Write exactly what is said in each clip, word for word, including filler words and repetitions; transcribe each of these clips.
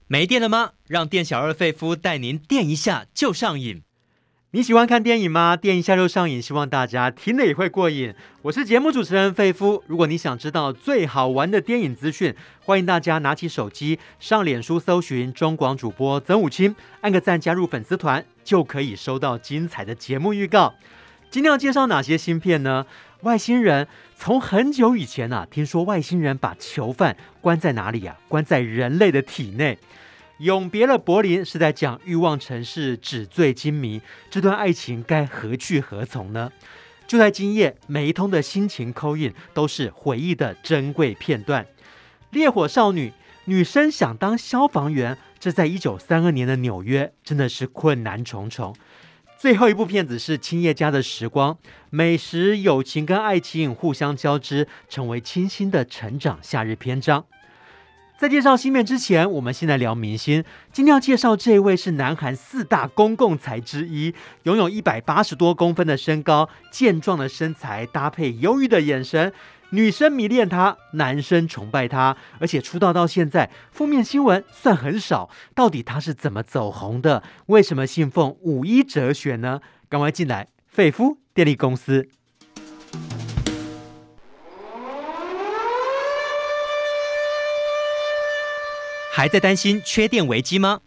没电了吗？让店小二费夫带您电一下就上瘾。你喜欢看电影吗？电一下就上瘾，希望大家听了也会过瘾。我是节目主持人费夫。如果你想知道最好玩的电影资讯，欢迎大家拿起手机上脸书搜寻中广主播曾武清，按个赞加入粉丝团，就可以收到精彩的节目预告。今天要介绍哪些新片呢？外星人从很久以前啊，听说外星人把囚犯关在哪里啊？关在人类的体内。永别了柏林是在讲欲望城市纸醉金迷，这段爱情该何去何从呢？就在今夜，每一通的心情call in都是回忆的珍贵片段。烈火少女，女生想当消防员，这在一九三二年的纽约真的是困难重重。最后一部片子是《青叶家的时光》，美食、友情跟爱情互相交织，成为清新的成长夏日篇章。在介绍新片之前，我们先来聊明星。今天要介绍这一位是南韩四大公共财之一，拥有一百八十多公分的身高，健壮的身材搭配忧郁的眼神，女生迷恋他，男生崇拜他，而且出道到现在，负面新闻算很少。到底他是怎么走红的？为什么信奉五一哲学呢？赶快进来，费夫电力公司。还在担心缺电危机吗？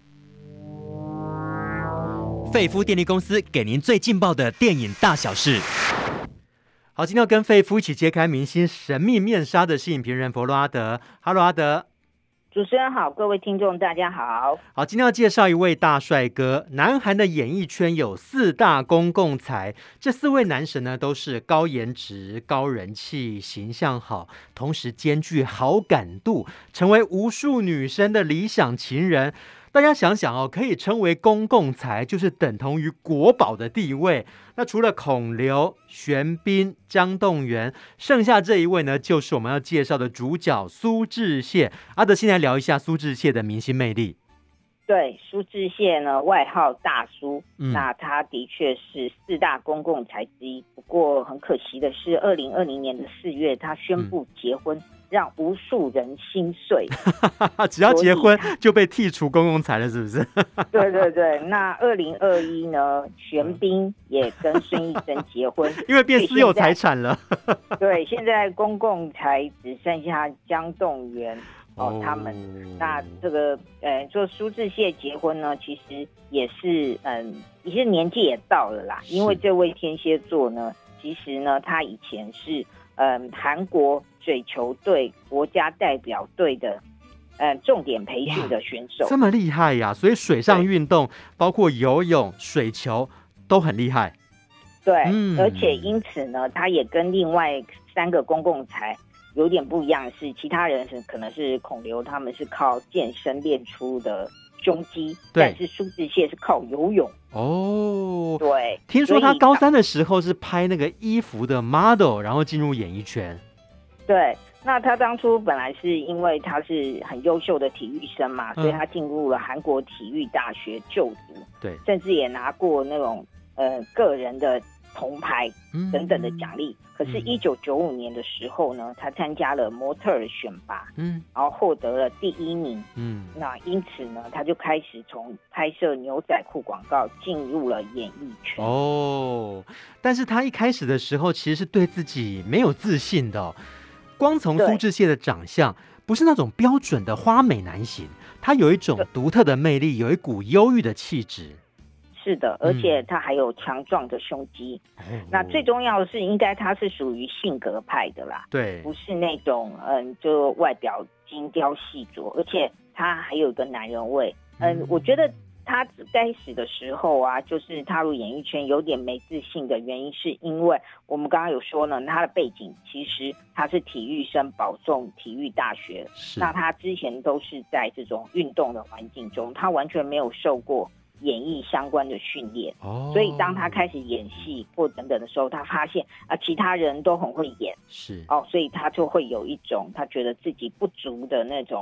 费夫电力公司给您最劲爆的电影大小事。好，今天要跟费夫一起揭开明星神秘面纱的是影评人佛罗阿德。Hello， 阿德。 主持人好，各位听众大家好。 好，今天要介绍一位大帅哥。南韩的演艺圈有四大公共财，这四位男神呢都是高颜值、高人气、形象好，同时兼具好感度，成为无数女生的理想情人。大家想想哦，可以称为公共财，就是等同于国宝的地位。那除了孔刘、玄彬、姜栋元，剩下这一位呢，就是我们要介绍的主角苏志燮。阿德，先来聊一下苏志燮的明星魅力。 对，苏志燮呢，外号大苏， 嗯、 那他的确是四大公共财之一。不过很可惜的是，二零二零年的四月，他宣布结婚。嗯让无数人心碎， 只要结婚就被剔除公共财了，是不是？ 对对对，那二零二一呢，玄彬也跟孙艺珍结婚， 因为变私有财产了。 对，现在公共财只剩下姜栋元哦他们。那这个呃，做苏志燮结婚呢，其实也是嗯，也是年纪也到了啦，因为这位天蝎座呢，其实呢，他以前是嗯韩国水球队国家代表队的呃重点培训的选手， 这么厉害呀！所以水上运动包括游泳、水球都很厉害。 对、嗯，而且因此呢，他也跟另外三个公共财有点不一样，是其他人是可能是孔刘，他们是靠健身练出的胸肌，但是苏志燮是靠游泳。 哦， 对， 听说他高三的时候是拍那个衣服的 model， 然后进入演艺圈。 对，那他当初本来是因为他是很优秀的体育生嘛，嗯、所以他进入了韩国体育大学就读， 对， 甚至也拿过那种呃个人的铜牌等等的奖励。嗯、可是，一九九五年的时候呢，他参加了模特儿选拔，嗯，然后获得了第一名，嗯，那因此呢，他就开始从拍摄牛仔裤广告进入了演艺圈。 哦，但是他一开始的时候其实是对自己没有自信的、哦。光从苏志燮的长相，不是那种标准的花美男型，他有一种独特的魅力，有一股忧郁的气质。 是的，而且他还有强壮的胸肌。嗯、那最重要的是，应该他是属于性格派的啦， 对， 不是那种嗯，就外表精雕细琢，而且他还有一个男人味。嗯，嗯我觉得。他开始的时候啊，就是踏入演艺圈有点没自信的原因，是因为我们刚刚有说呢，他的背景其实他是体育生，保送体育大学，那他之前都是在这种运动的环境中，他完全没有受过演艺相关的训练，哦、所以当他开始演戏或等等的时候，他发现啊、呃，其他人都很会演， 是哦，所以他就会有一种他觉得自己不足的那种。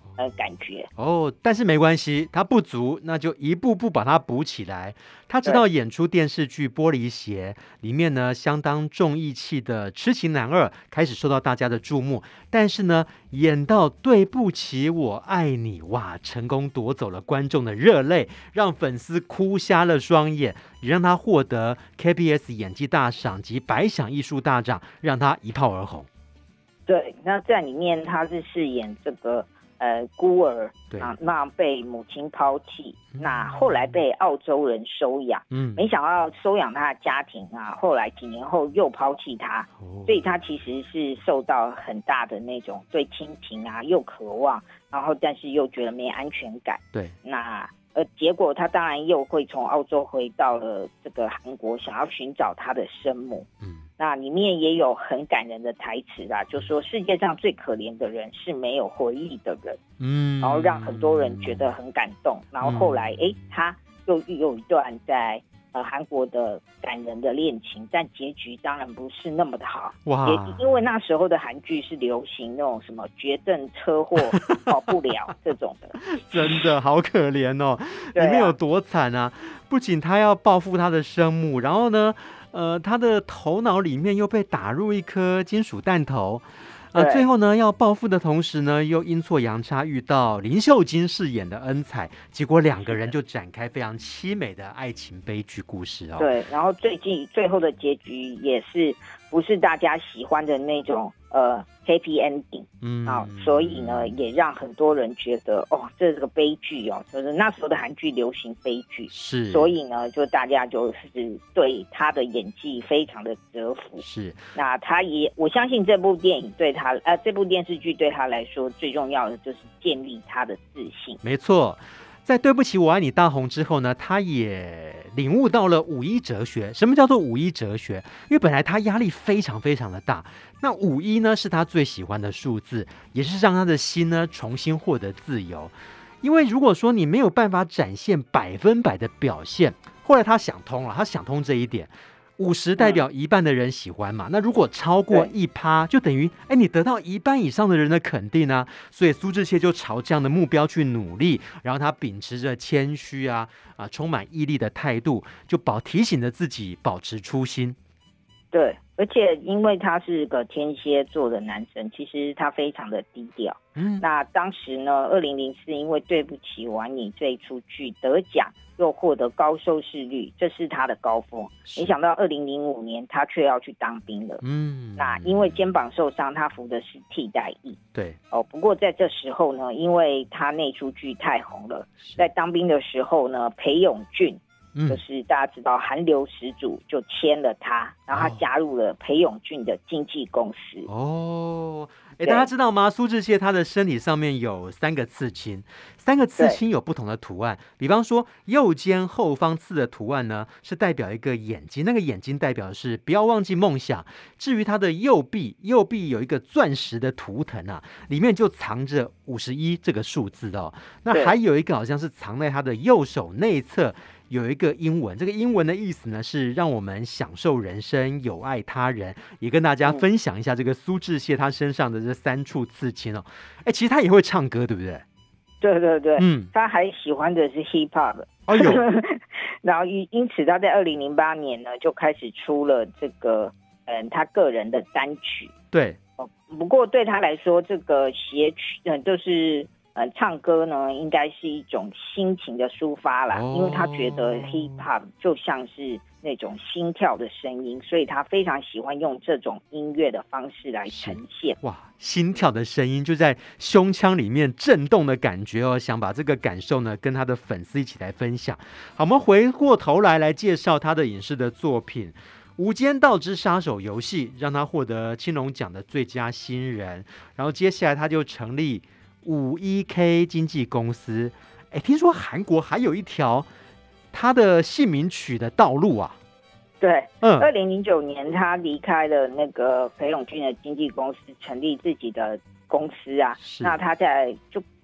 呃感觉哦，但是没关系，他不足，那就一步步把它补起来。他直到演出电视剧《玻璃鞋》里面呢，相当重义气的痴情男二开始受到大家的注目，但是呢，演到对不起我爱你，哇，成功夺走了观众的热泪，让粉丝哭瞎了双眼，也让他获得 K B S 演技大赏及百想艺术大奖，让他一炮而红。 对，那在里面他是饰演这个呃孤儿啊，那被母亲抛弃，嗯、那后来被澳洲人收养，嗯，没想到收养他的家庭啊，后来几年后又抛弃他，哦、所以他其实是受到很大的那种对亲情啊又渴望，然后但是又觉得没安全感， 对， 那呃结果他当然又会从澳洲回到了这个韩国，想要寻找他的生母，嗯。那里面也有很感人的台词啦，就说世界上最可怜的人是没有回忆的人，嗯，然后让很多人觉得很感动。然后后来，哎、嗯，他又有一段在呃韩国的感人的恋情，但结局当然不是那么的好。哇！也因为那时候的韩剧是流行那种什么绝症、车祸、跑不了这种的， 真的好可怜哦。里面有多惨啊！不仅他要报复他的生母，然后呢？呃，他的头脑里面又被打入一颗金属弹头，呃，最后呢，要报复的同时呢，又阴错阳差遇到林秀晶饰演的恩彩，结果两个人就展开非常凄美的爱情悲剧故事哦。 对，然后最近最后的结局也是不是大家喜欢的那种呃 happy ending， 嗯，啊，所以呢，也让很多人觉得哦，这是个悲剧哦，就是那时候的韩剧流行悲剧， 是， 所以呢，就大家就是对他的演技非常的折服。 是， 那他也，我相信这部电影对他，呃，这部电视剧对他来说最重要的就是建立他的自信。 没错。在对不起我爱你大红之后呢，他也领悟到了五一哲学。什么叫做五一哲学？因为本来他压力非常非常的大，那五一呢是他最喜欢的数字，也是让他的心呢重新获得自由。因为如果说你没有办法展现百分百的表现，后来他想通了，他想通这一点。五十代表一半的人喜欢嘛，嗯、那如果超过一趴，就等于哎你得到一半以上的人的肯定啊，所以苏志燮就朝这样的目标去努力，然后他秉持着谦虚啊啊充满毅力的态度，就保提醒着自己保持初心。 对，而且因为他是个天蝎座的男生，其实他非常的低调。嗯，那当时呢，二零零四因为对不起我爱你这一出剧得奖，又获得高收视率，这是他的高峰。没想到二零零五年他却要去当兵了。嗯，那因为肩膀受伤，他服的是替代役。 对， 哦，不过在这时候呢，因为他那出剧太红了，在当兵的时候呢，裴勇俊。就是大家知道韩流始祖就签了他，然后他加入了裴勇俊的经纪公司。 哦，哎，大家知道吗？苏志燮他的身体上面有三个刺青，三个刺青有不同的图案。比方说右肩后方刺的图案呢，是代表一个眼睛，那个眼睛代表的是不要忘记梦想。至于他的右臂，右臂有一个钻石的图腾啊，里面就藏着五十一这个数字哦。那还有一个好像是藏在他的右手内侧。有一个英文，这个英文的意思呢是让我们享受人生，友爱他人，也跟大家分享一下这个苏志燮他身上的这三处刺青哦。哎，其实他也会唱歌，对不对？ 对对对，嗯，他还喜欢的是 hip hop。 哦有， 然后因此他在二零零八年呢就开始出了这个嗯他个人的单曲。 对， 不过对他来说，这个写曲嗯就是。呃，唱歌呢，应该是一种心情的抒发啦，哦、因为他觉得 hip hop 就像是那种心跳的声音，所以他非常喜欢用这种音乐的方式来呈现。 哇，心跳的声音就在胸腔里面震动的感觉哦，想把这个感受呢跟他的粉丝一起来分享。好，我们回过头来来介绍他的影视的作品。《无间道之杀手》游戏让他获得青龙奖的最佳新人，然后接下来他就成立五一 K 经纪公司。哎，听说韩国还有一条他的姓名曲的道路啊。 对，嗯，二零零九年他离开了那个裴勇俊的经纪公司，成立自己的公司啊。那他在就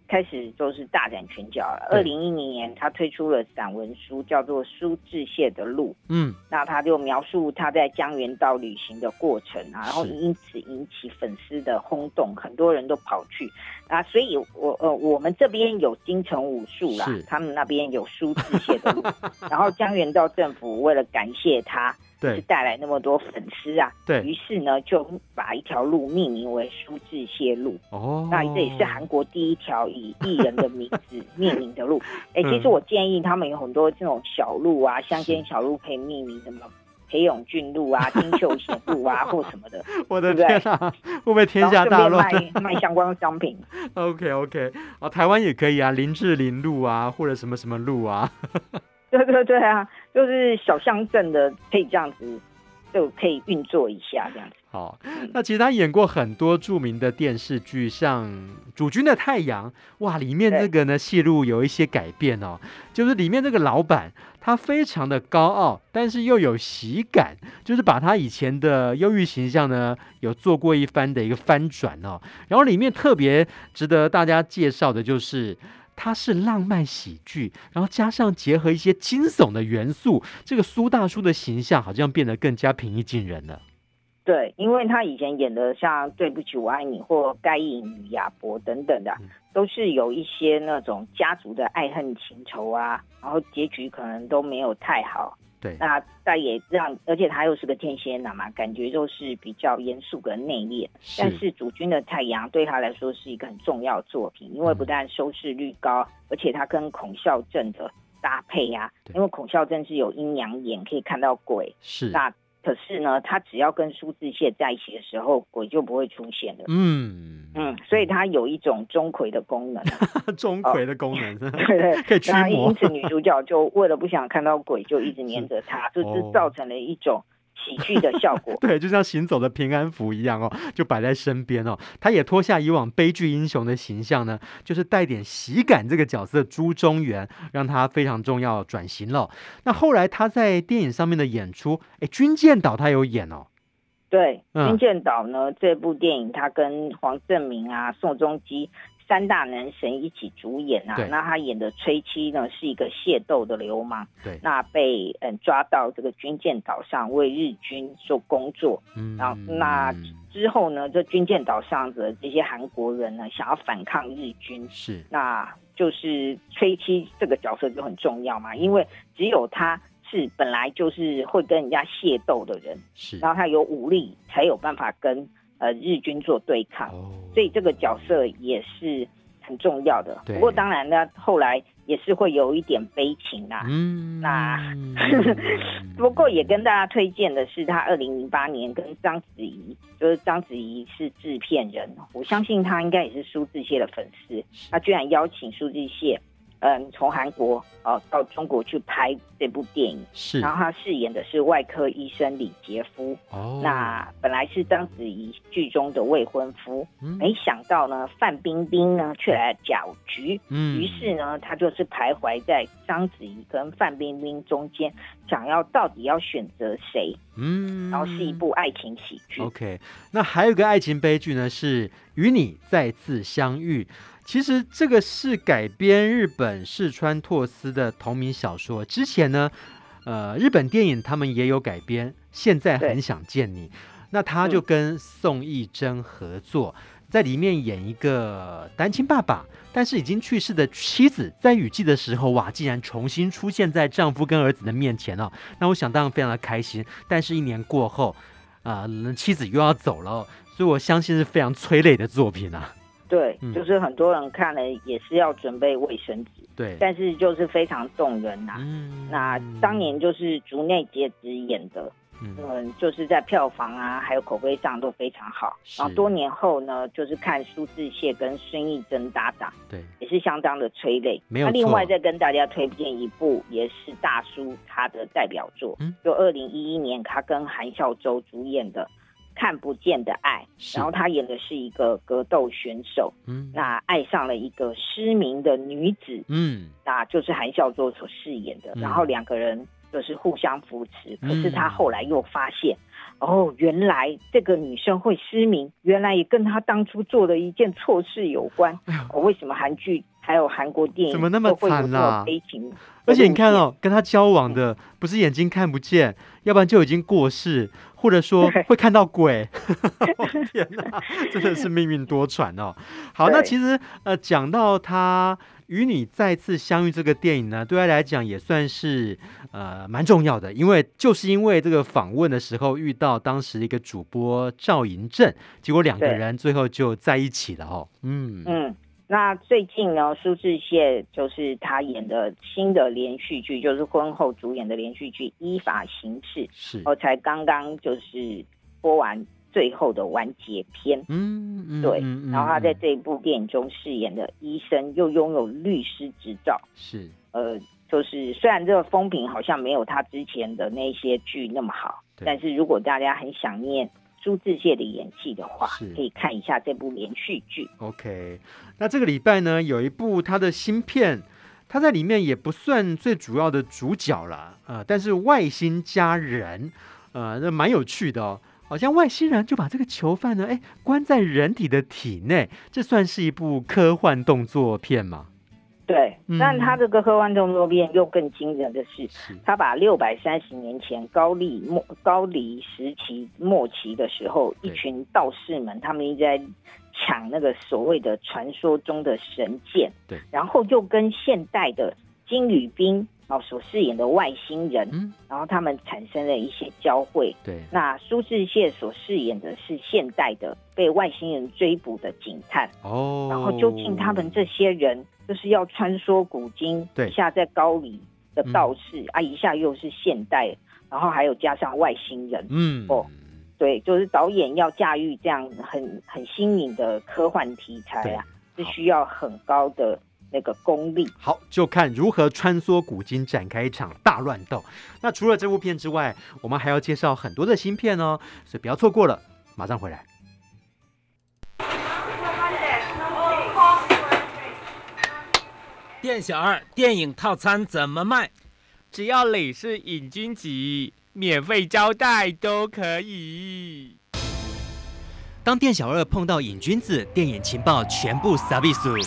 开始就是大展拳脚了。二零一零年，他推出了散文书，叫做《苏志燮的路》。嗯，那他就描述他在江原道旅行的过程啊，然后因此引起粉丝的轰动，很多人都跑去啊。所以我呃，我们这边有金城武术啦，他们那边有苏志燮的路。然后江原道政府为了感谢他。对，带来那么多粉丝啊，对，于是呢就把一条路命名为苏志燮路。哦，那这也是韩国第一条以艺人的名字命名的路。哎、嗯，其实我建议他们有很多这种小路啊，乡间小路可以命名什么裴勇俊路啊、金秀贤路啊或什么的。 我的天啊，会不会天下大乱？ 卖卖相关商品。 OK OK， 哦，台湾也可以啊，林志玲路啊，或者什么什么路啊。 对对对啊，就是小乡镇的可以这样子，就可以运作一下这样子。 好，那其实他演过很多著名的电视剧，像《主君的太阳》，哇，里面这个呢戏路有一些改变哦，就是里面这个老板他非常的高傲，但是又有喜感，就是把他以前的忧郁形象呢有做过一番的一个翻转哦。然后里面特别值得大家介绍的就是。它是浪漫喜剧，然后加上结合一些惊悚的元素，这个苏大叔的形象好像变得更加平易近人了。 对，因为他以前演的像《对不起我爱你》或《该隐与亚伯》等等的、嗯，都是有一些那种家族的爱恨情仇啊，然后结局可能都没有太好。对，那但也让，而且他又是个天蝎男嘛，感觉就是比较严肃跟内敛。但是《主君的太阳》对他来说是一个很重要的作品，因为不但收视率高，嗯、而且他跟孔孝正的搭配啊，因为孔孝正是有阴阳眼，可以看到鬼。是那。可是呢，他只要跟苏志燮在一起的时候，鬼就不会出现了。嗯嗯，所以他有一种钟馗的功能。 钟馗的功能， 哦、对对， 可以驱魔。 因此女主角就为了不想看到鬼，就一直黏着他，就这造成了一种喜剧的效果。 对，就像行走的平安符一样哦，就摆在身边哦。他也脱下以往悲剧英雄的形象呢，就是带点喜感这个角色朱中元，让他非常重要转型了。那后来他在电影上面的演出，哎，《军舰岛》他有演哦。 对，《军舰岛》呢、嗯、这部电影，他跟黄正明啊、宋仲基三大男神一起主演啊。那他演的崔七呢是一个械斗的流氓，对，那被嗯抓到这个军舰岛上为日军做工作。嗯，然后那之后呢，这军舰岛上的这些韩国人呢，想要反抗日军，是，那就是崔七这个角色就很重要嘛，因为只有他。是本来就是会跟人家械斗的人，是，然后他有武力才有办法跟呃日军做对抗、哦，所以这个角色也是很重要的。不过当然呢，后来也是会有一点悲情啦。嗯，那不过也跟大家推荐的是，他二零零八年跟章子怡，就是章子怡是制片人，我相信他应该也是苏志燮的粉丝，他居然邀请苏志燮。嗯，从韩国、呃、到中国去拍这部电影，是，然后他饰演的是外科医生李杰夫。哦，那本来是章子怡剧中的未婚夫，嗯、没想到呢，范冰冰呢却来搅局。嗯，于是呢，他就是徘徊在章子怡跟范冰冰中间，想要到底要选择谁。嗯，然后是一部爱情喜剧。 OK， 那还有一个爱情悲剧呢，是《与你再次相遇》。其实这个是改编日本市川拓司的同名小说，之前呢，呃，日本电影他们也有改编，现在很想见你，那他就跟宋艺珍合作，在里面演一个单亲爸爸，但是已经去世的妻子，在雨季的时候哇，竟然重新出现在丈夫跟儿子的面前哦，那我想当然非常的开心，但是一年过后，啊、呃，妻子又要走了，所以我相信是非常催泪的作品啊。 对，就是很多人看了也是要准备卫生纸，对，但是就是非常动人呐、啊。嗯，那当年就是竹内结子演的，嗯, 嗯，就是在票房啊还有口碑上都非常好。然后多年后呢，就是看苏志燮跟孙艺珍搭档，对，也是相当的催泪。没有错。那另外再跟大家推荐一部，也是大叔他的代表作，嗯、就二零一一年他跟韩孝周主演的。看不见的爱，然后他演的是一个格斗选手，嗯，那爱上了一个失明的女子，嗯，那就是韩孝周所饰演的，嗯、然后两个人就是互相扶持，可是他后来又发现， 哦，原来这个女生会失明，原来也跟她当初做的一件错事有关。哦，为什么韩剧还有韩国电影怎么那么惨啦？ 悲情， 而且你看哦，跟他交往的不是眼睛看不见，嗯、要不然就已经过世，或者说会看到鬼。哦、天哪，真的是命运多舛哦。好，那其实呃，讲到他与你再次相遇这个电影呢，对他来讲也算是呃蛮重要的，因为就是因为这个访问的时候遇到当时的一个主播赵寅正，结果两个人最后就在一起了哦。嗯嗯。那最近呢，苏志燮就是他演的新的连续剧，就是婚后主演的连续剧《依法行事》， 是我才刚刚就是播完最后的完结篇。 嗯嗯， 对。 嗯然后他在这一部电影中饰演的医生，又拥有律师执照。 是。 呃，就是虽然这个风评好像没有他之前的那些剧那么好，但是如果大家很想念苏志燮的演技的话，可以看一下这部连续剧。 OK， 那这个礼拜呢有一部他的新片，他在里面也不算最主要的主角啦，呃，但是外星家人呃，那蛮有趣的哦，好像外星人就把这个囚犯呢，哎，关在人体的体内，这算是一部科幻动作片吗？ 对，但他这个科幻动作片又更惊人的是，是他把六百三十年前高丽末高丽时期末期的时候，一群道士们他们一直在抢那个所谓的传说中的神剑，对，然后又跟现代的金宇彬哦所饰演的外星人，嗯，然后他们产生了一些交汇。对，那苏志燮所饰演的是现代的被外星人追捕的警探哦，然后究竟他们这些人就是要穿梭古今，一下在高丽的道士、嗯、啊，一下又是现代，然后还有加上外星人，嗯，哦，对，就是导演要驾驭这样很很新颖的科幻题材啊，是需要很高的那个功力。 好，就看如何穿梭古今，展开一场大乱斗。那除了这部片之外，我们还要介绍很多的新片哦，所以不要错过了，马上回来。 店小二，电影套餐怎么卖？ 只要你是瘾君子，免费招待都可以。 当店小二碰到瘾君子，电影情报全部撒比苏。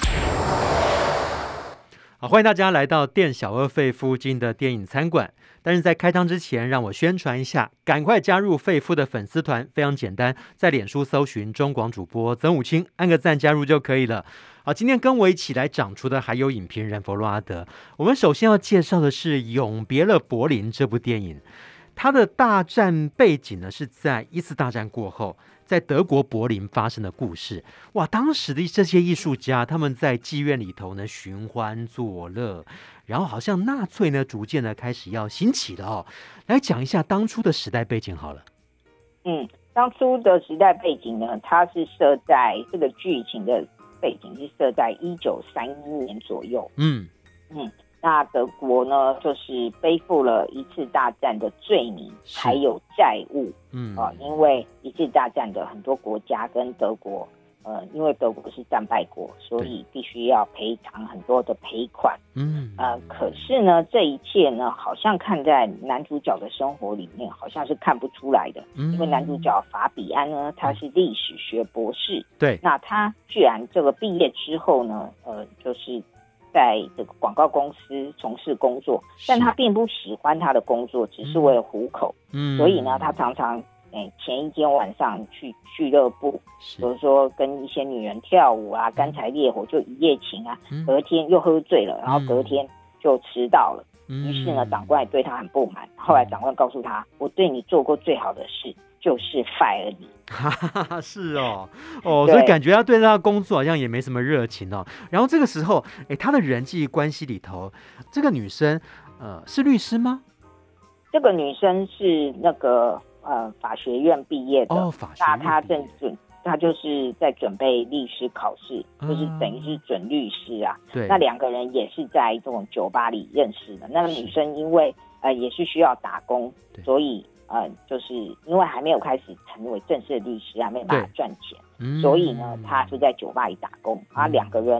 好，欢迎大家来到店小二费夫金的电影餐馆。但是在开汤之前，让我宣传一下，赶快加入费夫的粉丝团，非常简单，在脸书搜寻中广主播曾武清，按个赞加入就可以了。好，今天跟我一起来长出的还有影评人佛罗阿德。我们首先要介绍的是《永别了柏林》这部电影，它的大战背景呢是在一次大战过后，在德国柏林发生的故事。哇，当时的这些艺术家，他们在妓院里头呢寻欢作乐，然后好像纳粹呢逐渐的开始要兴起了哦。来讲一下当初的时代背景好了。 嗯，当初的时代背景呢，它是设在这个剧情的背景是设在一九三一年左右。嗯嗯，那德国呢，就是背负了一次大战的罪名，还有债务。嗯啊、呃，因为一次大战的很多国家跟德国，呃，因为德国是战败国，所以必须要赔偿很多的赔款。嗯呃，可是呢，这一切呢，好像看在男主角的生活里面，好像是看不出来的。嗯、因为男主角法比安呢，他是历史学博士。对，那他居然这个毕业之后呢，呃，就是在这个广告公司从事工作，但他并不喜欢他的工作，只是为了糊口。嗯，所以呢，他常常哎前一天晚上去俱乐部，比如说跟一些女人跳舞啊，干柴烈火就一夜情啊，隔天又喝醉了，然后隔天就迟到了。于是呢，长官也对他很不满。后来长官告诉他：“我对你做过最好的事，就是 fire 你。” 是哦，哦，所以感觉他对他的工作好像也没什么热情哦。然后这个时候，哎，他的人际关系里头，这个女生，呃，是律师吗？ 这个女生是那个呃法学院毕业的，哦，法学院毕业。那她正准。他就是在准备律师考试，嗯、就是等于是准律师啊。对，那两个人也是在这种酒吧里认识的。那个女生因为呃也是需要打工，所以呃就是因为还没有开始成为正式的律师，还没办法赚钱，所以呢她是在酒吧里打工。啊，两个人呢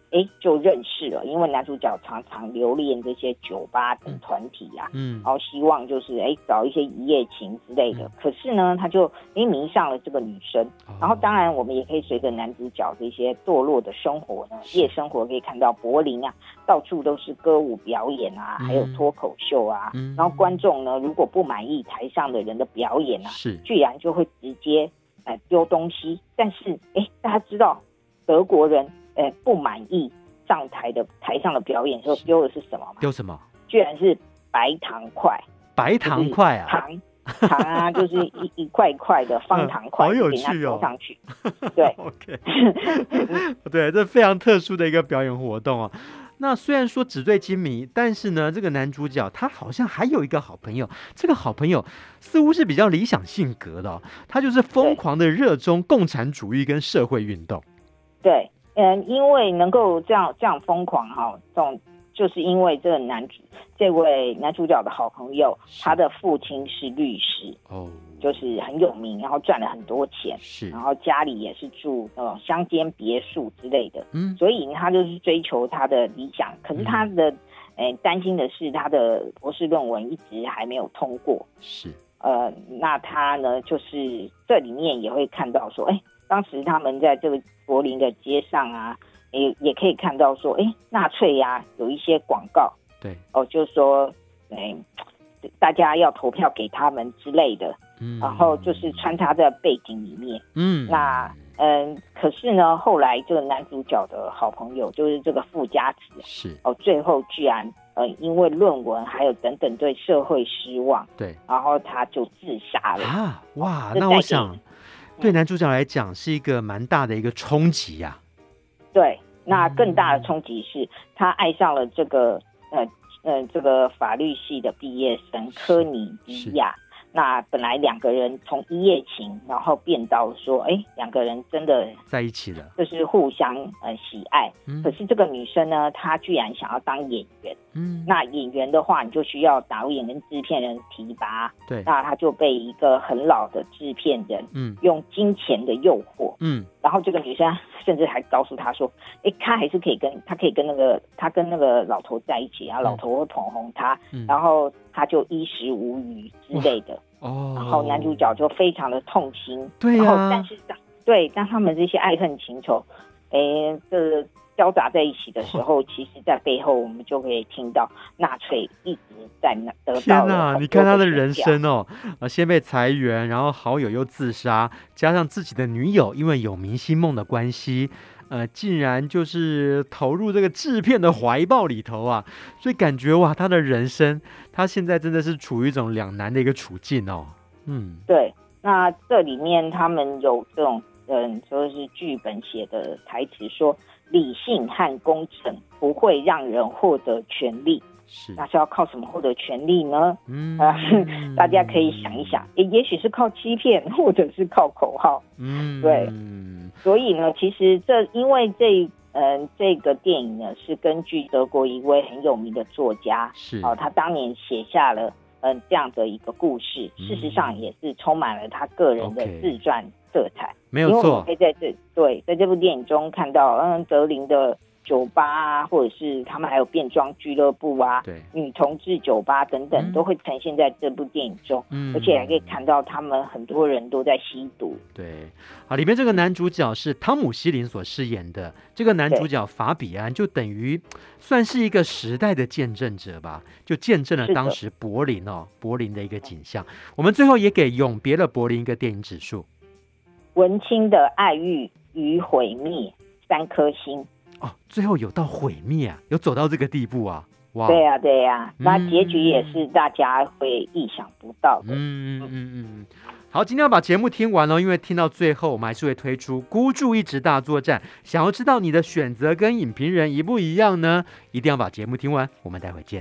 哎，就认识了，因为男主角常常留恋这些酒吧等团体啊， 嗯， 然后希望就是哎找一些一夜情之类的。嗯、可是呢，他就哎迷上了这个女生。哦、然后当然，我们也可以随着男主角这些堕落的生活呢，夜生活可以看到柏林啊，到处都是歌舞表演啊，嗯、还有脱口秀啊。嗯、然后观众呢，如果不满意台上的人的表演啊， 是居然就会直接哎丢东西。但是哎，大家知道德国人。呃，不满意上台的台上的表演时候丢的是什么吗？ 丢什么？ 居然是白糖块。白糖块啊？ 糖糖啊，就是一一块一块的方糖块， 嗯、好有趣哦， 给它丢上去。对 ，OK， 对，这非常特殊的一个表演活动哦。那虽然说纸醉金迷，但是呢，这个男主角他好像还有一个好朋友，这个好朋友似乎是比较理想性格的、哦，他就是疯狂的热衷共产主义跟社会运动。 对。嗯，因为能够这样这样疯狂哈，这种就是因为这个男主这位男主角的好朋友，他的父亲是律师哦，就是很有名，然后赚了很多钱， 是， 然后家里也是住那种乡间别墅之类的， 嗯， 所以他就是追求他的理想，可是他的诶担心的是他的博士论文一直还没有通过， 是， 呃，那他呢就是这里面也会看到说，哎。当时他们在这个柏林的街上啊，也也可以看到说，哎，纳粹呀、啊、有一些广告， 对， 哦，就是说，哎，大家要投票给他们之类的，嗯，然后就是穿插在背景里面， 嗯， 那嗯，可是呢，后来这个男主角的好朋友就是这个富家子， 是， 哦，最后居然呃因为论文还有等等对社会失望， 对， 然后他就自杀了啊，哇，那我想。对男主角来讲是一个蛮大的一个冲击呀、 啊。对，那更大的冲击是他爱上了这个呃呃这个法律系的毕业生科尼迪亚。那本来两个人从一夜情，然后变到说，哎，两个人真的在一起了， 就是互相呃喜爱。 嗯、 可是这个女生呢，她居然想要当演员。 嗯， 那演员的话，你就需要导演跟制片人提拔。 对， 那她就被一个很老的制片人，嗯，用金钱的诱惑， 嗯， 然后这个女生甚至还告诉他说，哎，她还是可以跟她可以跟那个她跟那个老头在一起啊，老头会捧红她，嗯、然后她就衣食无虞之类的。 哦， 然后男主角就非常的痛心， 对呀、啊， 然后但是对当他们这些爱恨情仇，哎，这交杂在一起的时候，其实在背后我们就可以听到纳粹一直在得到了。 天哪，你看他的人生哦，呃，先被裁员，然后好友又自杀，加上自己的女友因为有明星梦的关系。呃，竟然就是投入这个制片的怀抱里头啊，所以感觉哇，他的人生，他现在真的是处于一种两难的一个处境哦。嗯， 对，那这里面他们有这种，嗯，就是剧本写的台词说，理性和公正不会让人获得权利。 是， 那是要靠什么获得权利呢？ 嗯， 呃、大家可以想一想，也也许是靠欺骗，或者是靠口号。 嗯， 对。所以呢，其实这因为这嗯、呃、这个电影呢是根据德国一位很有名的作家是哦、呃，他当年写下了嗯、呃、这样的一个故事， 嗯、 事实上也是充满了他个人的自传色彩。 Okay, 没有错， 因为我们可以在这对在这部电影中看到，嗯，德林的酒吧啊，或者是他们还有变装俱乐部啊， 对， 女同志酒吧等等、嗯、都会呈现在这部电影中、嗯、而且还可以看到他们很多人都在吸毒。 对，好，里面这个男主角是汤姆希林所饰演的，这个男主角法比安就等于算是一个时代的见证者吧，就见证了当时柏林哦柏林的一个景象。我们最后也给永别了柏林一个电影指数， 文青的爱欲与毁灭三颗星。 哦，最后有到毁灭啊，有走到这个地步啊！哇， 对呀、啊、对呀、啊，那结局也是大家会意想不到的。 嗯嗯嗯嗯。好，今天要把节目听完了，因为听到最后，我们还是会推出孤注一掷大作战。想要知道你的选择跟影评人一不一样呢？一定要把节目听完。我们待会见。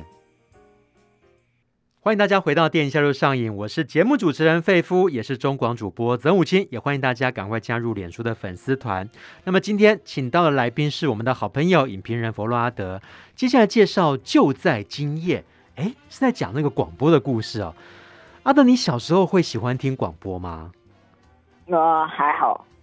欢迎大家回到电影下就上瘾，我是节目主持人费夫，也是中广主播曾武清，也欢迎大家赶快加入脸书的粉丝团。那么今天请到的来宾是我们的好朋友影评人佛洛阿德，接下来介绍就在今夜，哎，是在讲那个广播的故事哦。阿德，你小时候会喜欢听广播吗？ 呃，还好。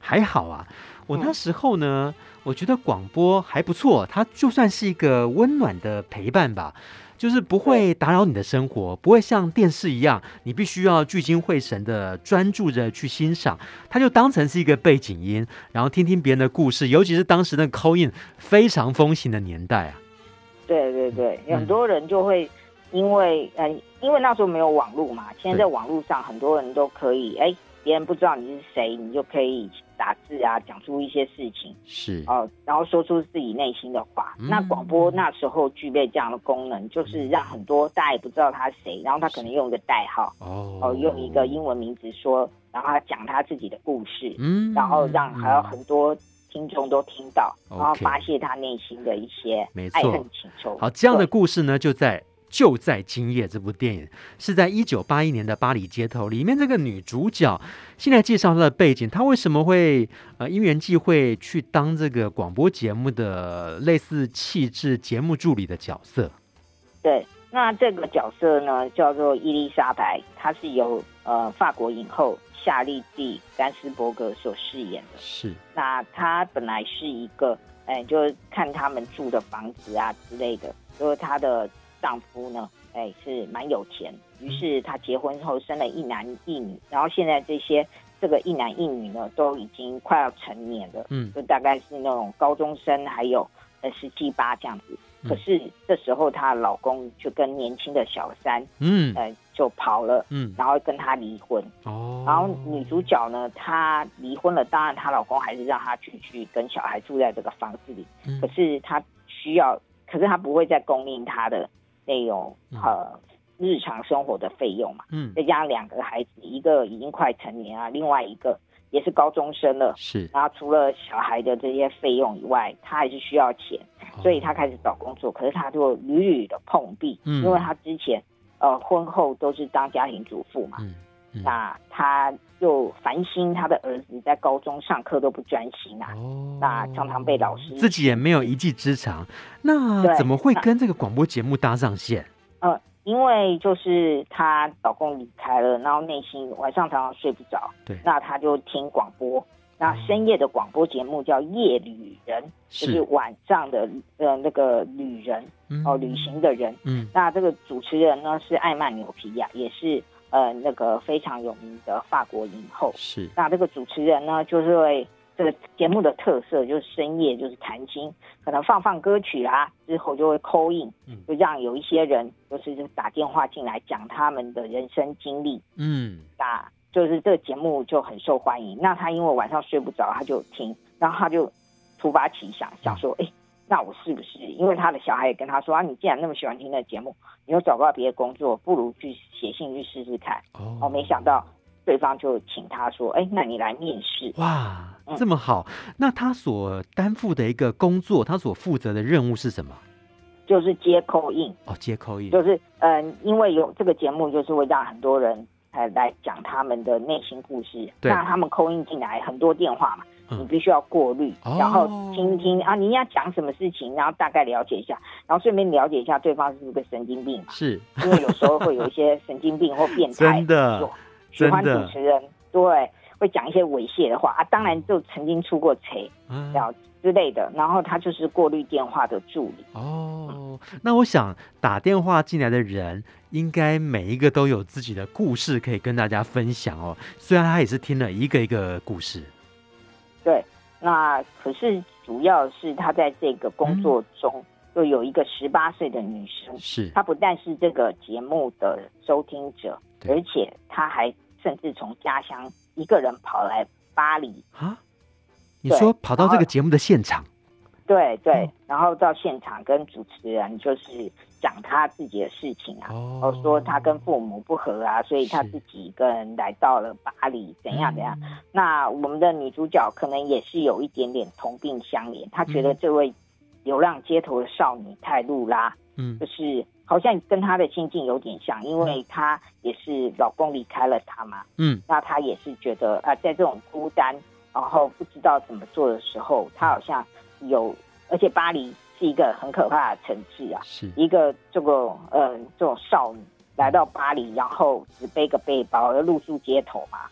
还好啊。我那时候呢，嗯、我觉得广播还不错，它就算是一个温暖的陪伴吧。就是不会打扰你的生活，不会像电视一样，你必须要聚精会神的专注着去欣赏，它就当成是一个背景音，然后听听别人的故事，尤其是当时那个 call in 非常风行的年代啊。 对对对，嗯、很多人就会因为呃，因为那时候没有网络嘛，现在在网络上很多人都可以，哎，别人不知道你是谁，你就可以打字啊，讲出一些事情， 是哦、呃，然后说出自己内心的话。嗯、那广播那时候具备这样的功能，就是让很多大家也不知道他是谁，然后他可能用一个代号，哦、呃，用一个英文名字说，然后他讲他自己的故事，嗯，然后让还有很多听众都听到，嗯、然后发泄他内心的一些爱恨情仇。 好，这样的故事呢，就在。就在今夜这部电影是在一九八一年的巴黎街头，里面这个女主角，现在介绍她的背景，她为什么会呃因缘际会去当这个广播节目的类似气质节目助理的角色？ 对，那这个角色呢叫做伊丽莎白，她是由呃法国影后夏丽蒂·甘斯伯格所饰演的。 是， 那她本来是一个，哎、呃，就是看他们住的房子啊之类的，就是她的丈夫呢，哎，是蛮有钱，于是她结婚后生了一男一女，然后现在这些这个一男一女呢，都已经快要成年了，嗯，就大概是那种高中生，还有呃十七八这样子。可是这时候她老公就跟年轻的小三，嗯，呃，就跑了，嗯，然后跟她离婚。哦，然后女主角呢，她离婚了，当然她老公还是让她去去跟小孩住在这个房子里，嗯、可是她需要，可是她不会再供应她的那种呃日常生活的费用嘛，嗯，再加上两个孩子，一个已经快成年啊，另外一个也是高中生了， 是， 然后除了小孩的这些费用以外，她还是需要钱，哦、所以她开始找工作，可是她就屡屡的碰壁，嗯，因为她之前呃婚后都是当家庭主妇嘛，嗯嗯、那她就烦心她的儿子在高中上课都不专心啊，哦、那常常被老师， 自己也没有一技之长，那怎么会跟这个广播节目搭上线？ 呃，因为就是她老公离开了，然后内心晚上常常睡不着，对，那她就听广播，那深夜的广播节目叫夜旅人，是就是晚上的呃那个旅人，嗯、哦，旅行的人，嗯，那这个主持人呢是艾曼纽皮亚，也是呃那个非常有名的法国影后， 是， 那这个主持人呢就是会。这个节目的特色就是深夜就是谈心，可能放放歌曲啊，之后就会 call in，就让有一些人就是打电话进来讲他们的人生经历，嗯，那就是这个节目就很受欢迎。那他因为晚上睡不着，他就听，然后他就突发奇想，想说，哎、欸，那我是不是因为他的小孩也跟他说啊，你既然那么喜欢听的节目，你又找不到别的工作，不如去写信去试试看。哦，哦，没想到。对方就请他说，哎，那你来面试。 哇，这么好。嗯、那他所担负的一个工作，他所负责的任务是什么？ 就是接 call in。 哦，接 call in。 就是嗯、呃，因为有这个节目，就是会让很多人呃来讲他们的内心故事。那他们 call in 进来很多电话嘛，嗯、你必须要过滤，哦、然后听一听啊，你要讲什么事情，然后大概了解一下，然后顺便了解一下对方是不是个神经病嘛。 是， 因为有时候会有一些神经病或变态。 真的。 喜欢主持人，对，会讲一些猥亵的话啊，当然就曾经出过贼，嗯，之类的。然后他就是过滤电话的助理。 哦，嗯、那我想打电话进来的人，应该每一个都有自己的故事可以跟大家分享哦。虽然他也是听了一个一个故事， 对，那可是主要是他在这个工作中。嗯就有一个十八岁的女生， 是她不但是这个节目的收听者，而且她还甚至从家乡一个人跑来巴黎啊！你说跑到这个节目的现场？ 对对、嗯，然后到现场跟主持人就是讲她自己的事情啊，哦、然后说她跟父母不和啊，所以她自己一个人来到了巴黎，怎样怎样、嗯。那我们的女主角可能也是有一点点同病相怜，她觉得这位。流浪街头的少女泰露拉，嗯，就是好像跟她的心境有点像，因为她也是老公离开了她嘛，嗯，那她也是觉得啊、呃，在这种孤单，然后不知道怎么做的时候，她好像有，而且巴黎是一个很可怕的城市啊， 是一个这个呃这种少女来到巴黎，然后只背个背包，露宿街头嘛，嗯，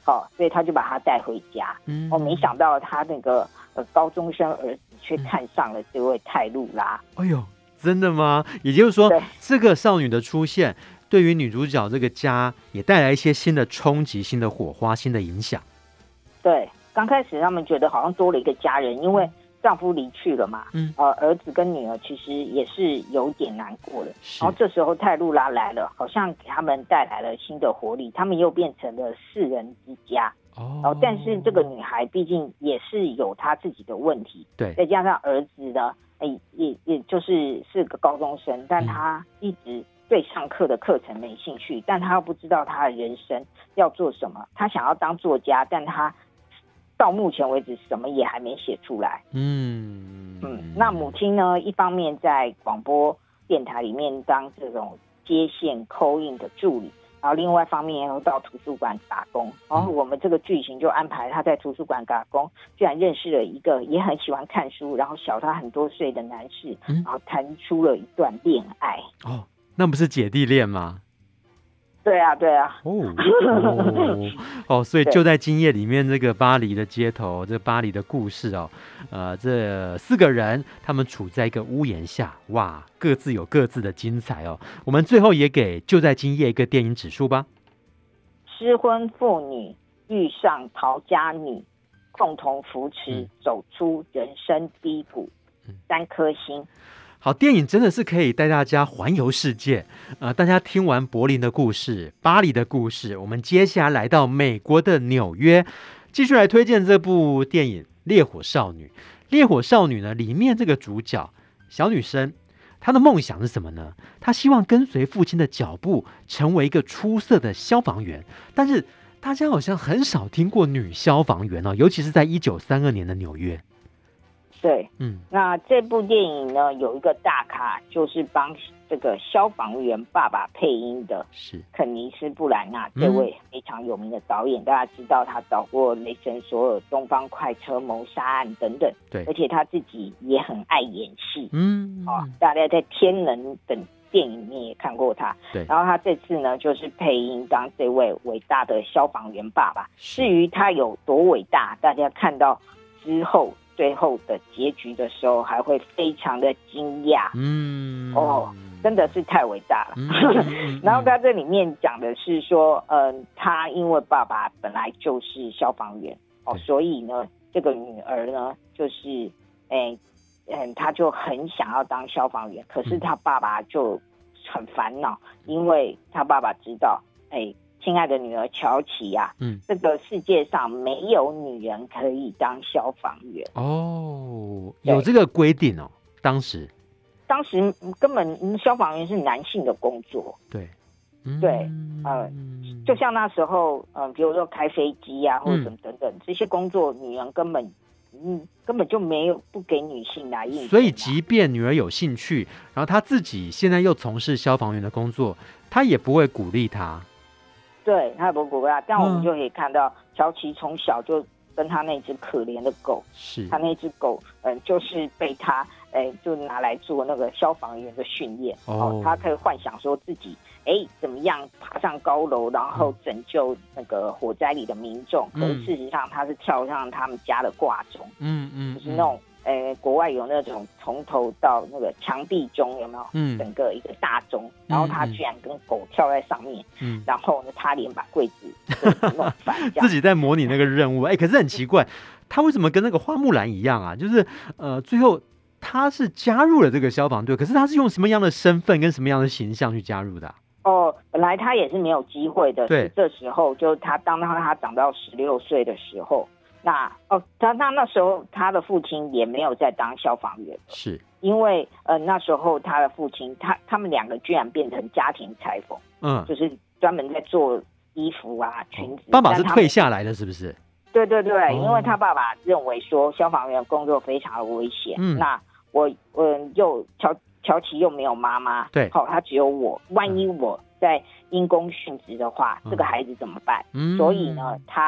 好，所以他就把他带回家。嗯，我、哦、没想到他那个呃高中生儿子却看上了这位泰露拉。 哎呦，真的吗？也就是说，这个少女的出现，对于女主角这个家也带来一些新的冲击、新的火花、新的影响。 对，刚开始他们觉得好像多了一个家人，因为丈夫离去了嘛，嗯，呃，儿子跟女儿其实也是有点难过的。然后这时候泰露拉来了，好像给他们带来了新的活力，他们又变成了四人之家。哦，然后但是这个女孩毕竟也是有她自己的问题，对，再加上儿子呢，哎，也也就是是个高中生，但他一直对上课的课程没兴趣，但他又不知道他的人生要做什么。他想要当作家，但他到目前为止什么也还没写出来。嗯嗯，那母亲呢，一方面在广播电台里面当这种接线 call in 的助理，然后另外一方面又到图书馆打工。然后我们这个剧情就安排他在图书馆打工，居然认识了一个也很喜欢看书，然后小他很多岁的男士，然后谈出了一段恋爱。 哦，那不是姐弟恋吗？ 对啊，对啊。 哦哦, 哦，所以就在今夜里面，这个巴黎的街头，这个巴黎的故事哦，呃，这四个人他们处在一个屋檐下，哇，各自有各自的精彩哦。我们最后也给就在今夜一个电影指数吧。 失婚妇女遇上逃家女，共同扶持、嗯、走出人生低谷，三颗星。 好，电影真的是可以带大家环游世界。呃，大家听完柏林的故事、巴黎的故事，我们接下来来到美国的纽约，继续来推荐这部电影《烈火少女》。《烈火少女》呢，里面这个主角小女生，她的梦想是什么呢？她希望跟随父亲的脚步，成为一个出色的消防员。但是大家好像很少听过女消防员哦，尤其是在一九三二年的纽约。 对，嗯，那这部电影呢，有一个大咖，就是帮这个消防员爸爸配音的，是肯尼斯·布莱纳这位非常有名的导演。嗯、大家知道他导过《雷神索尔》《东方快车谋杀案》等等，对，而且他自己也很爱演戏，嗯，哦，大家在《天能》等电影里面也看过他，对。然后他这次呢，就是配音当这位伟大的消防员爸爸。至于他有多伟大，大家看到之后。最后的结局的时候还会非常的惊讶，嗯，哦，真的是太伟大了。嗯、然后他这里面讲的是说，嗯、呃，他因为爸爸本来就是消防员，哦，所以呢，这个女儿呢，就是，哎，嗯，他就很想要当消防员，可是他爸爸就很烦恼，因为他爸爸知道，哎。亲爱的女儿乔琪呀、啊，嗯，这个世界上没有女人可以当消防员哦，有这个规定哦。当时， 当时根本消防员是男性的工作， 对， 嗯、对，呃，就像那时候，嗯、呃，比如说开飞机啊，或者什么等等、嗯、这些工作，女人根本，嗯，根本就没有不给女性来应征、啊。 所以，即便女儿有兴趣，然后她自己现在又从事消防员的工作，她也不会鼓励她。 对，他也不鼓励他，但我们就可以看到，乔琪从小就跟他那只可怜的狗，是他那只狗，嗯、呃，就是被他，哎、呃，就拿来做那个消防员的训练。哦, 哦，他可以幻想说自己，哎，怎么样爬上高楼，然后拯救那个火灾里的民众。嗯、可是事实上，他是跳上他们家的挂钟。嗯嗯，就是那种。呃，国外有那种从头到那个墙壁钟有没有？嗯，整个一个大钟，然后他居然跟狗跳在上面，嗯，然后呢，他连把柜子弄翻， 自己在模拟那个任务。哎、欸，可是很奇怪，他为什么跟那个花木兰一样啊？就是呃，最后他是加入了这个消防队，可是他是用什么样的身份跟什么样的形象去加入的、啊？ 哦，本来他也是没有机会的。对，这时候就他当他他长到十六岁的时候。那哦，他他那时候他的父亲也没有在当消防员，是因为呃那时候他的父亲他他们两个居然变成家庭裁缝，嗯，就是专门在做衣服啊裙子。 爸爸是退下来的，是不是？ 对对对，哦、因为他爸爸认为说消防员工作非常的危险，嗯，那我我又乔乔琪又没有妈妈，对，好、哦，他只有我，万一我在因公殉职的话，嗯、这个孩子怎么办？嗯，所以呢，他。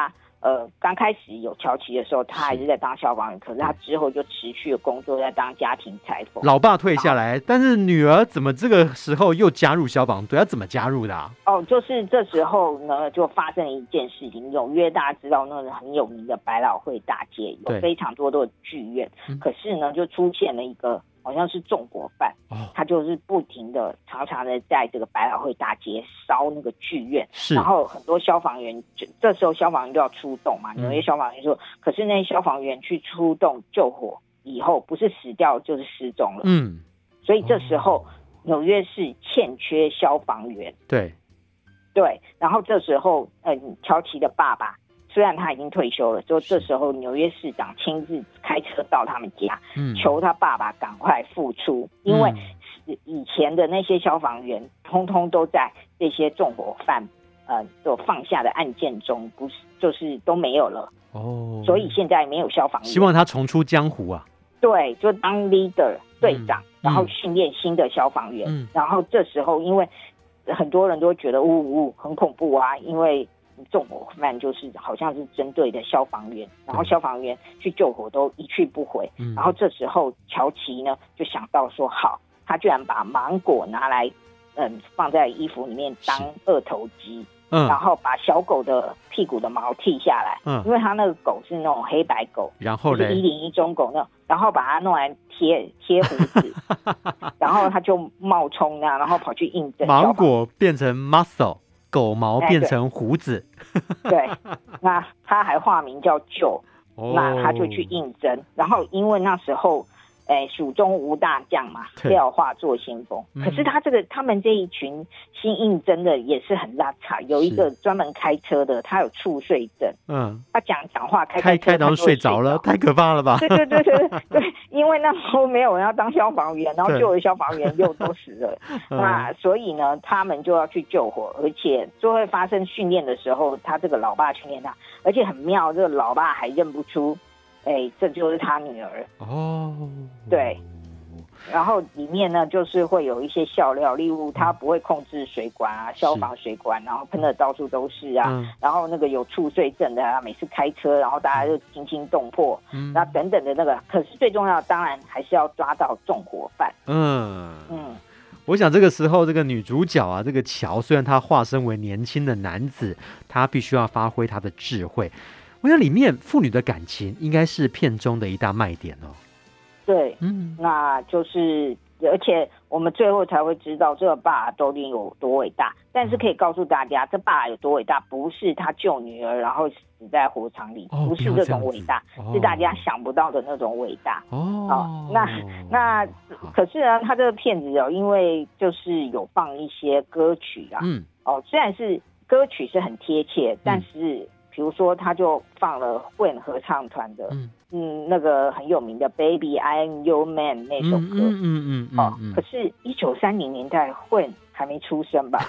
呃，刚开始有乔琪的时候，他还是在当消防员，可是他之后就持续的工作在当家庭裁缝。 老爸退下来，但是女儿怎么这个时候又加入消防队？要怎么加入的啊？ 哦，就是这时候呢，就发生了一件事情。纽约大家知道那个很有名的百老汇大街，有非常多的剧院，嗯、可是呢，就出现了一个好像是纵火犯，哦、他就是不停的、常常的在这个百老汇大街烧那个剧院，然后很多消防员，这时候消防员就要出动嘛。纽约消防员说，嗯、可是那些消防员去出动救火以后，不是死掉就是失踪了。嗯，所以这时候纽约市欠缺消防员。对。对，然后这时候，嗯，乔琪的爸爸虽然他已经退休了，就这时候纽约市长亲自开车到他们家，嗯、求他爸爸赶快复出，因为以前的那些消防员通通都在这些纵火犯呃所放下的案件中，不是就是都没有了哦，所以现在没有消防员， 希望他重出江湖啊。 对，就当 leader 队长，嗯、然后训练新的消防员，嗯、然后这时候因为。很多人都觉得呜呜很恐怖啊，因为纵火犯就是好像是针对的消防员，然后消防员去救火都一去不回，嗯、然后这时候乔琪呢就想到说，好，他居然把芒果拿来，嗯，放在衣服里面当二头肌，嗯、然后把小狗的屁股的毛剃下来，嗯、因为他那个狗是那种黑白狗， 然后呢， 一零一中狗那种，然后把它弄来贴贴胡子，然后他就冒充那样，然后跑去应征。 芒果变成 muscle， 狗毛变成胡子。 对，那他还化名叫 Joe，哦、那他就去应征，然后因为那时候。哎，蜀中无大将嘛，廖化作先锋。可是他这个，他们这一群新应征的也是很邋遢。有一个专门开车的，他有猝睡症。嗯，他讲讲话开开开到睡着了，太可怕了吧？ 对对对对对，因为那时候没有人要当消防员，然后救的消防员又都死了，那所以呢，他们就要去救火，而且就会发生训练的时候，他这个老爸训练他，而且很妙，这个老爸还认不出。哎，这就是他女儿哦，对，然后里面呢，就是会有一些笑料，例如他不会控制水管啊，消防水管，然后喷的到处都是啊，嗯、然后那个有猝睡症的啊，每次开车，然后大家就惊心动魄，嗯，那等等的那个，可是最重要，当然还是要抓到纵火犯，嗯嗯。我想这个时候，这个女主角啊，这个乔虽然她化身为年轻的男子，她必须要发挥她的智慧。我想里面父女的感情应该是片中的一大卖点哦。 对，嗯，那就是而且我们最后才会知道这个爸到底有多伟大。但是可以告诉大家，这爸有多伟大，不是他救女儿然后死在火场里，哦、不是这种伟大，哦、是大家想不到的那种伟大。哦，哦那那可是呢，他这个片子哦，因为就是有放一些歌曲啊，嗯，哦，虽然是歌曲是很贴切，但是。比如说，他就放了混合唱团的，嗯, 嗯，那个很有名的《Baby I'm Your Man》那首歌，嗯嗯嗯嗯，哦，可是，一九三零年代混还没出生吧？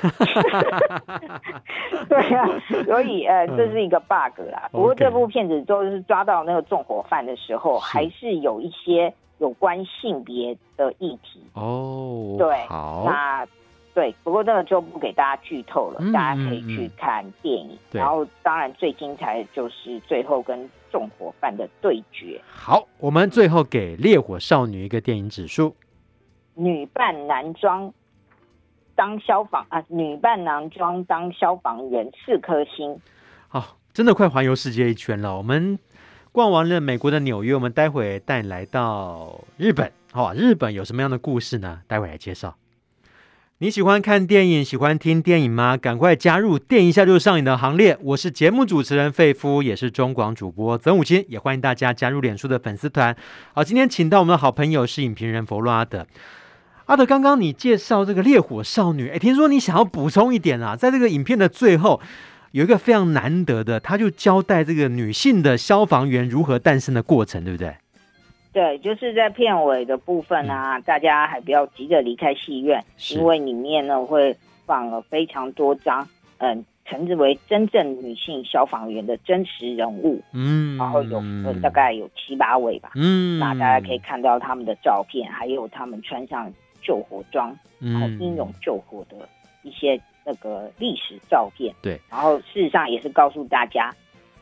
对啊，所以呃，这是一个 bug 啦。不过这部片子就是抓到那个纵火犯的时候，还是有一些有关性别的议题哦。对，好，那。对，不过这个就不给大家剧透了，嗯、大家可以去看电影。嗯、然后，当然最精彩的就是最后跟纵火犯的对决。 好，我们最后给《烈火少女》一个电影指数。 女扮男装当消防啊，女扮男装当消防员，四颗星。 好，真的快环游世界一圈了。我们逛完了美国的纽约，我们待会带你来到日本。好、哦，日本有什么样的故事呢？待会来介绍。你喜欢看电影，喜欢听电影吗？赶快加入电影一下就上瘾的行列。我是节目主持人费夫，也是中广主播曾武清，也欢迎大家加入脸书的粉丝团。好，今天请到我们的好朋友是影评人佛洛阿德。阿德，刚刚你介绍这个烈火少女，哎，听说你想要补充一点啊，在这个影片的最后有一个非常难得的，他就交代这个女性的消防员如何诞生的过程，对不对？ 对，就是在片尾的部分啊，嗯、大家还不要急着离开戏院，因为里面呢会放了非常多张，嗯，称之为真正女性消防员的真实人物，嗯，然后有、呃、大概有七八位吧，嗯，那大家可以看到他们的照片，还有他们穿上救火装，嗯、然后英勇救火的一些那个历史照片，对，然后事实上也是告诉大家，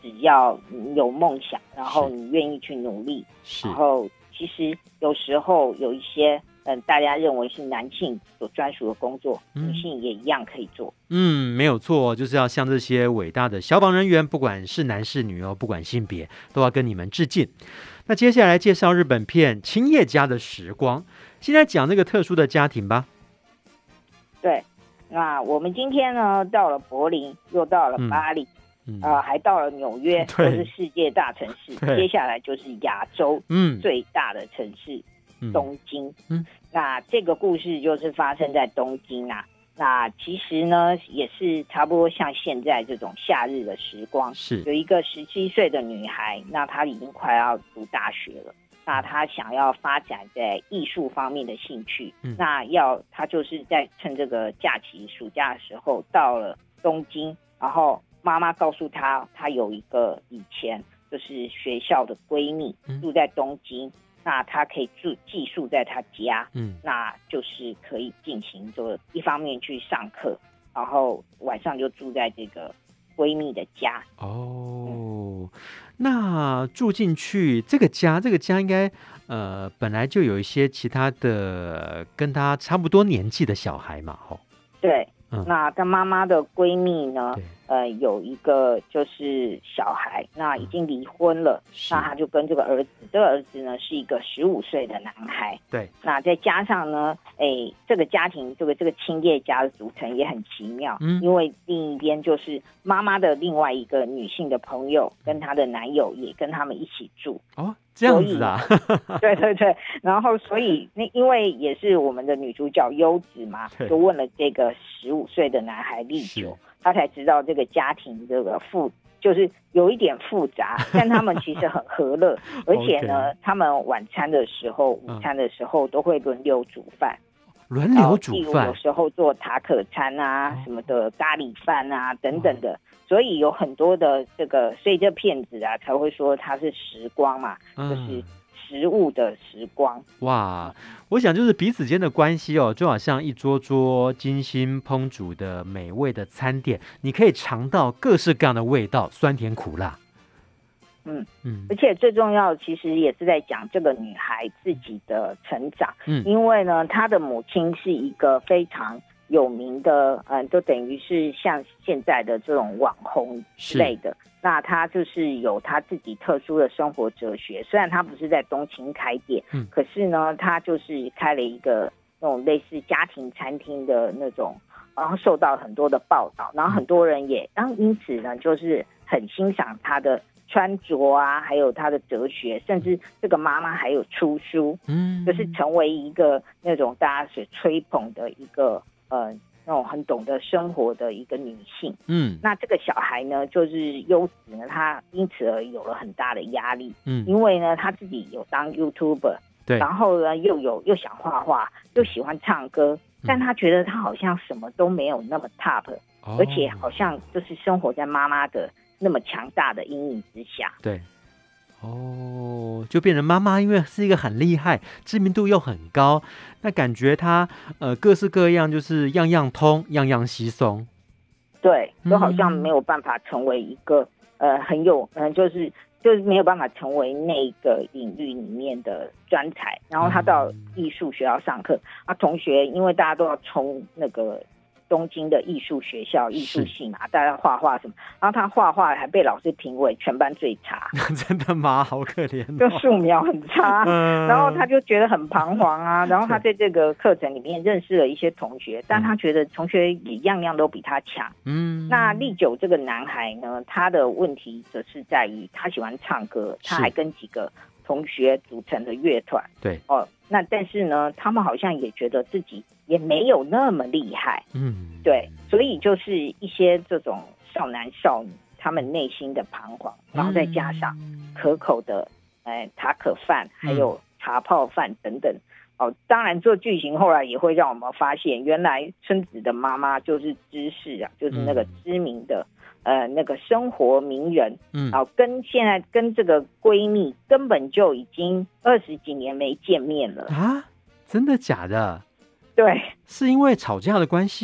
只要你有梦想，然后你愿意去努力，然后其实有时候有一些嗯，大家认为是男性所专属的工作，嗯、女性也一样可以做。 嗯，没有错，就是要向这些伟大的消防人员，不管是男是女哦，不管性别，都要跟你们致敬。那接下来介绍日本片《青叶家的时光》，现在讲这个特殊的家庭吧。 对，那我们今天呢，到了柏林，又到了巴黎。嗯嗯呃、还到了纽约，都是世界大城市。接下来就是亚洲最大的城市、嗯、东京、嗯。那这个故事就是发生在东京啊。那其实呢，也是差不多像现在这种夏日的时光。是有一个十七岁的女孩，那她已经快要读大学了。那她想要发展在艺术方面的兴趣，嗯、那要她就是在趁这个假期暑假的时候到了东京，然后。妈妈告诉她，她有一个以前就是学校的闺蜜、嗯、住在东京，那她可以住寄宿在她家，嗯，那就是可以进行这一方面去上课，然后晚上就住在这个闺蜜的家。哦， 嗯、那住进去这个家，这个家应该呃本来就有一些其他的跟她差不多年纪的小孩嘛，吼。 对。嗯、那她妈妈的闺蜜呢？呃，有一个就是小孩，那已经离婚了，嗯、那她就跟这个儿子，这个儿子呢是一个十五岁的男孩。对，那再加上呢，哎，这个家庭，这个这个青叶家的组成也很奇妙，嗯，因为另一边就是妈妈的另外一个女性的朋友跟她的男友也跟他们一起住。哦。 这样子啊， 对对对，然后所以那因为也是我们的女主角优子嘛，就问了这个十五岁的男孩利久，他才知道这个家庭这个复就是有一点复杂，但他们其实很和乐，而且呢， okay. 他们晚餐的时候、午餐的时候都会轮流煮饭。 轮流煮饭， 有时候做塔可餐啊、哦、什么的咖喱饭啊等等的、哦，所以有很多的这个，所以这片子啊才会说它是时光嘛、嗯，就是食物的时光。 哇，我想就是彼此间的关系哦，就好像一桌桌精心烹煮的美味的餐点，你可以尝到各式各样的味道，酸甜苦辣。 嗯嗯，而且最重要其实也是在讲这个女孩自己的成长。嗯，因为呢，她的母亲是一个非常有名的，嗯，都等于是像现在的这种网红之类的。那她就是有她自己特殊的生活哲学。虽然她不是在东京开店，嗯，可是呢，她就是开了一个那种类似家庭餐厅的那种，然后受到很多的报道，然后很多人也，然后因此呢，就是很欣赏她的穿着啊，还有他的哲学，甚至这个妈妈还有出书，嗯，就是成为一个那种大家所吹捧的一个呃那种很懂得生活的一个女性，嗯，那这个小孩呢，就是优子呢，他因此而有了很大的压力，嗯，因为呢他自己有当 YouTuber， 对，然后呢又有又想画画，又喜欢唱歌，但他觉得他好像什么都没有那么 top，哦，而且好像就是生活在妈妈的那么强大的阴影之下。 对，哦，就变成妈妈因为是一个很厉害，知名度又很高，那感觉她呃各式各样，就是样样通，样样稀松。 对，都好像没有办法成为一个、嗯、呃很有嗯、呃、就是就是没有办法成为那个领域里面的专才。然后他到艺术学校上课，啊，同学因为大家都要冲那个东京的艺术学校艺术系嘛，大家画画什么，然后他画画还被老师评为全班最差。 真的吗？好可怜、哦， 就素描很差、嗯、然后他就觉得很彷徨啊。然后他在这个课程里面认识了一些同学，但他觉得同学也样样都比他强。嗯，那利久这个男孩呢，他的问题则是在于他喜欢唱歌，他还跟几个同学组成的乐团。对，哦，那但是呢，他们好像也觉得自己也没有那么厉害。嗯，对，所以就是一些这种少男少女他们内心的彷徨，然后再加上可口的呃塔可饭，还有茶泡饭等等。哦，当然做剧情后来也会让我们发现，原来春子的妈妈就是知识啊，就是那个知名的、嗯、呃那个生活名人，嗯，然后跟现在跟这个闺蜜根本就已经二十几年没见面了啊？真的假的？ 对， 是因为吵架的关系吗？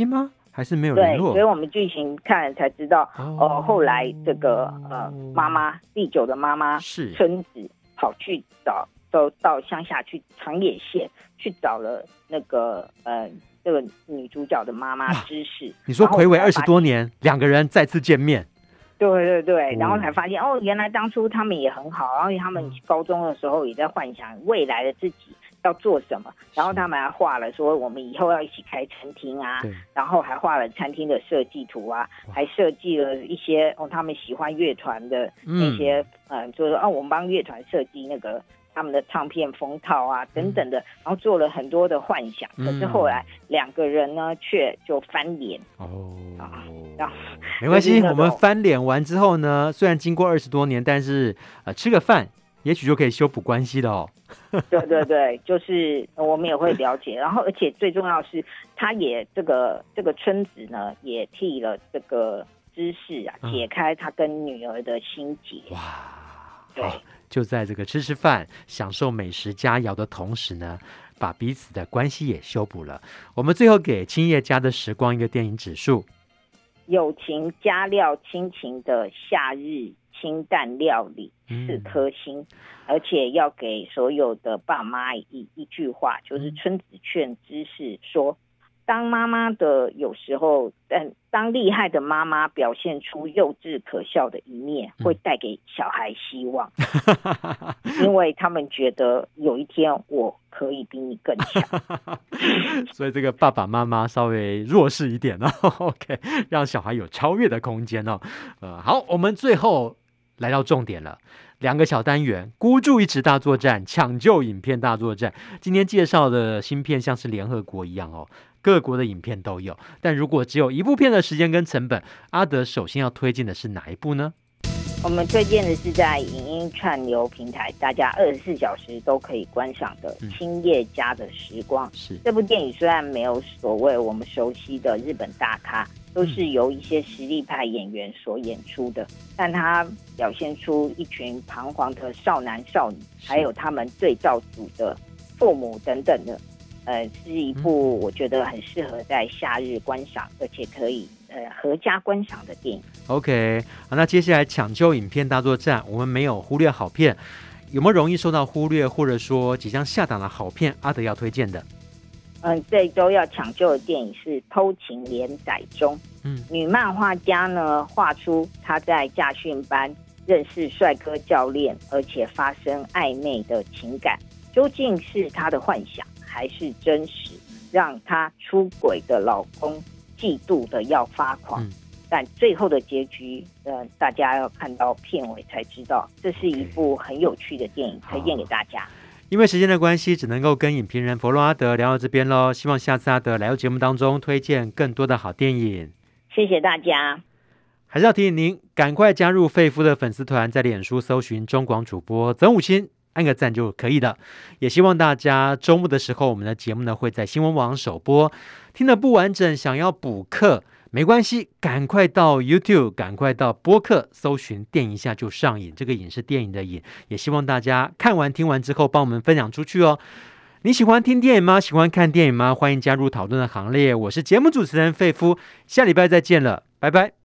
还是没有联对， 络？ 所以我们剧情看了才知道，哦、呃，后来这个呃妈妈第九的妈妈是春子跑去找，都到乡下去长野县去找了那个呃这个女主角的妈妈知识。 你说睽违二十多年，两个人再次见面。 对对对，然后才发现、哦、哦，原来当初他们也很好，然后他们高中的时候也在幻想未来的自己要做什么，然后他们还画了说我们以后要一起开餐厅啊，然后还画了餐厅的设计图啊，还设计了一些哦他们喜欢乐团的那些，嗯、呃，就是哦我们帮乐团设计那个他们的唱片封套啊等等的，然后做了很多的幻想，可是后来两个人呢却就翻脸哦。啊没关系，我们翻脸完之后呢，虽然经过二十多年，但是呃吃个饭，也许就可以修补关系的哦。 对对对，就是我们也会了解，然后而且最重要的是，他也这个这个春子呢，也替了这个知识啊解开他跟女儿的心结。哇，对， 就在这个吃吃饭、享受美食佳肴的同时呢，把彼此的关系也修补了。我们最后给青叶家的时光一个电影指数。 友情加料亲情的夏日清淡料理四颗星、嗯、而且要给所有的爸妈一一句话，就是春子劝知识说，当妈妈的有时候但当厉害的妈妈表现出幼稚可笑的一面，会带给小孩希望、嗯、因为他们觉得有一天我可以比你更强所以这个爸爸妈妈稍微弱势一点哦OK， 让小孩有超越的空间哦。呃，好，我们最后来到重点了，两个小单元，孤注一掷大作战，抢救影片大作战。今天介绍的新片像是联合国一样哦，各国的影片都有，但如果只有一部片的时间跟成本，阿德首先要推荐的是哪一部呢？ 我们推荐的是在影音串流平台大家二十四小时都可以观赏的《青叶家的时光》、嗯、是这部电影虽然没有所谓我们熟悉的日本大咖，都是由一些实力派演员所演出的，但他表现出一群彷徨的少男少女，还有他们对照组的父母等等的，呃，是一部我觉得很适合在夏日观赏，而且可以呃合家观赏的电影。 OK， 好，那接下来抢救影片大作战，我们没有忽略好片，有没有容易受到忽略，或者说即将下档的好片，阿德要推荐的？ 嗯，这一周要抢救的电影是《偷情连载中》。嗯，女漫画家呢画出她在驾训班认识帅哥教练，而且发生暧昧的情感，究竟是她的幻想还是真实，让她出轨的老公嫉妒的要发狂。嗯，但最后的结局，呃，大家要看到片尾才知道。这是一部很有趣的电影，推荐给大家。 因为时间的关系，只能够跟影评人佛洛阿德聊到这边咯，希望下次阿德来到节目当中推荐更多的好电影。 谢谢大家。 还是要提醒您，赶快加入肺夫的粉丝团，在脸书搜寻中广主播曾武清，按个赞就可以了。也希望大家周末的时候，我们的节目呢会在新闻网首播，听得不完整，想要补课没关系，赶快到 YouTube， 赶快到播客搜寻电影一下就上瘾，这个瘾是电影的瘾。也希望大家看完听完之后帮我们分享出去哦。你喜欢听电影吗？喜欢看电影吗？欢迎加入讨论的行列。我是节目主持人费夫，下礼拜再见了，拜拜。